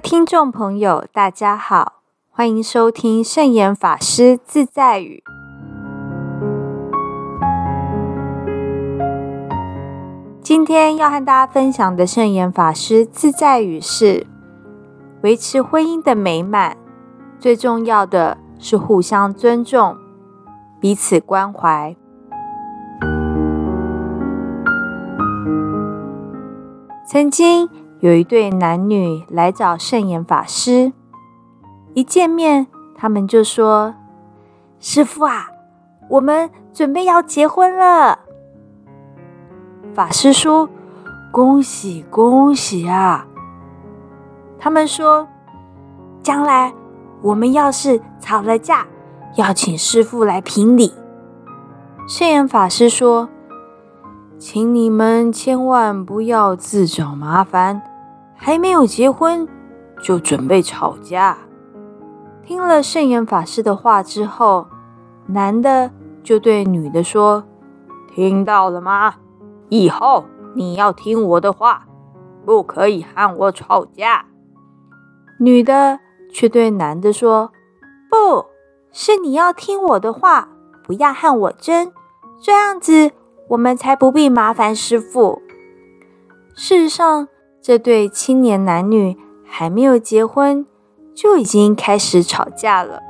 听众朋友大家好，欢迎收听圣严法师自在语。今天要和大家分享的圣严法师自在语是：维持婚姻的美满，最重要的是互相尊重，彼此关怀。曾经有一对男女来找圣严法师，一见面他们就说：师父啊，我们准备要结婚了。法师说：恭喜恭喜啊！他们说：将来我们要是吵了架，要请师父来评理。圣严法师说：请你们千万不要自找麻烦，还没有结婚就准备吵架。听了圣严法师的话之后，男的就对女的说：听到了吗？以后你要听我的话，不可以和我吵架。女的却对男的说：不，是你要听我的话，不要和我争，这样子我们才不必麻烦师父。事实上，这对青年男女还没有结婚，就已经开始吵架了。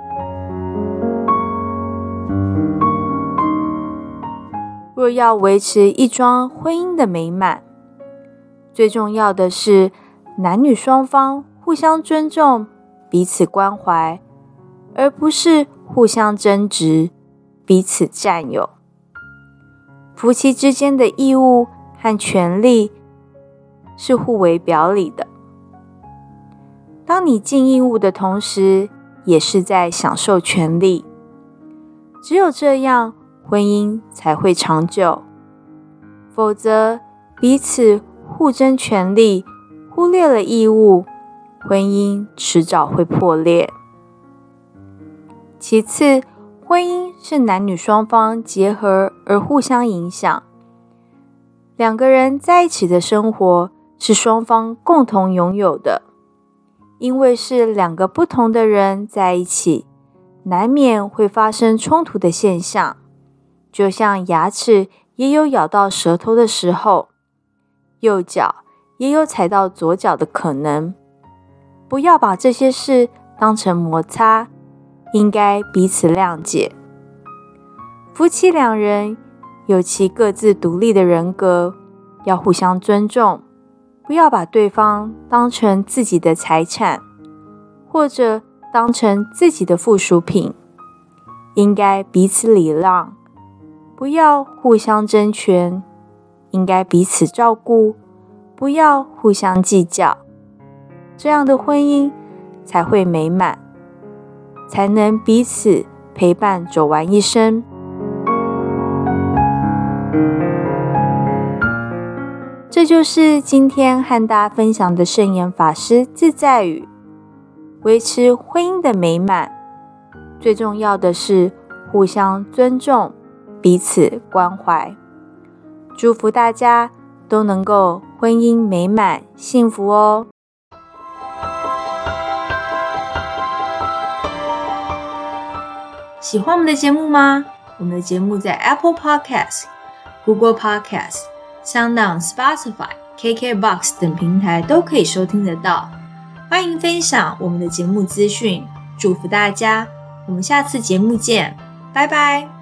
若要维持一桩婚姻的美满，最重要的是男女双方互相尊重，彼此关怀，而不是互相争执，彼此占有。夫妻之间的义务和权利是互为表里的。当你尽义务的同时，也是在享受权利。只有这样，婚姻才会长久。否则，彼此互争权利，忽略了义务，婚姻迟早会破裂。其次，婚姻是男女双方结合而互相影响。两个人在一起的生活是双方共同拥有的，因为是两个不同的人在一起，难免会发生冲突的现象。就像牙齿也有咬到舌头的时候，右脚也有踩到左脚的可能。不要把这些事当成摩擦，应该彼此谅解。夫妻两人有其各自独立的人格，要互相尊重，不要把对方当成自己的财产，或者当成自己的附属品，应该彼此礼让，不要互相争权，应该彼此照顾，不要互相计较。这样的婚姻才会美满，才能彼此陪伴走完一生。这就是今天和大家分享的圣严法师自在语。维持婚姻的美满，最重要的是互相尊重，彼此关怀。祝福大家都能够婚姻美满幸福哦。喜欢我们的节目吗？我们的节目在 Apple Podcast、Google Podcast、SoundOn、Spotify、KKBOX 等平台都可以收听得到。欢迎分享我们的节目资讯，祝福大家，我们下次节目见，拜拜。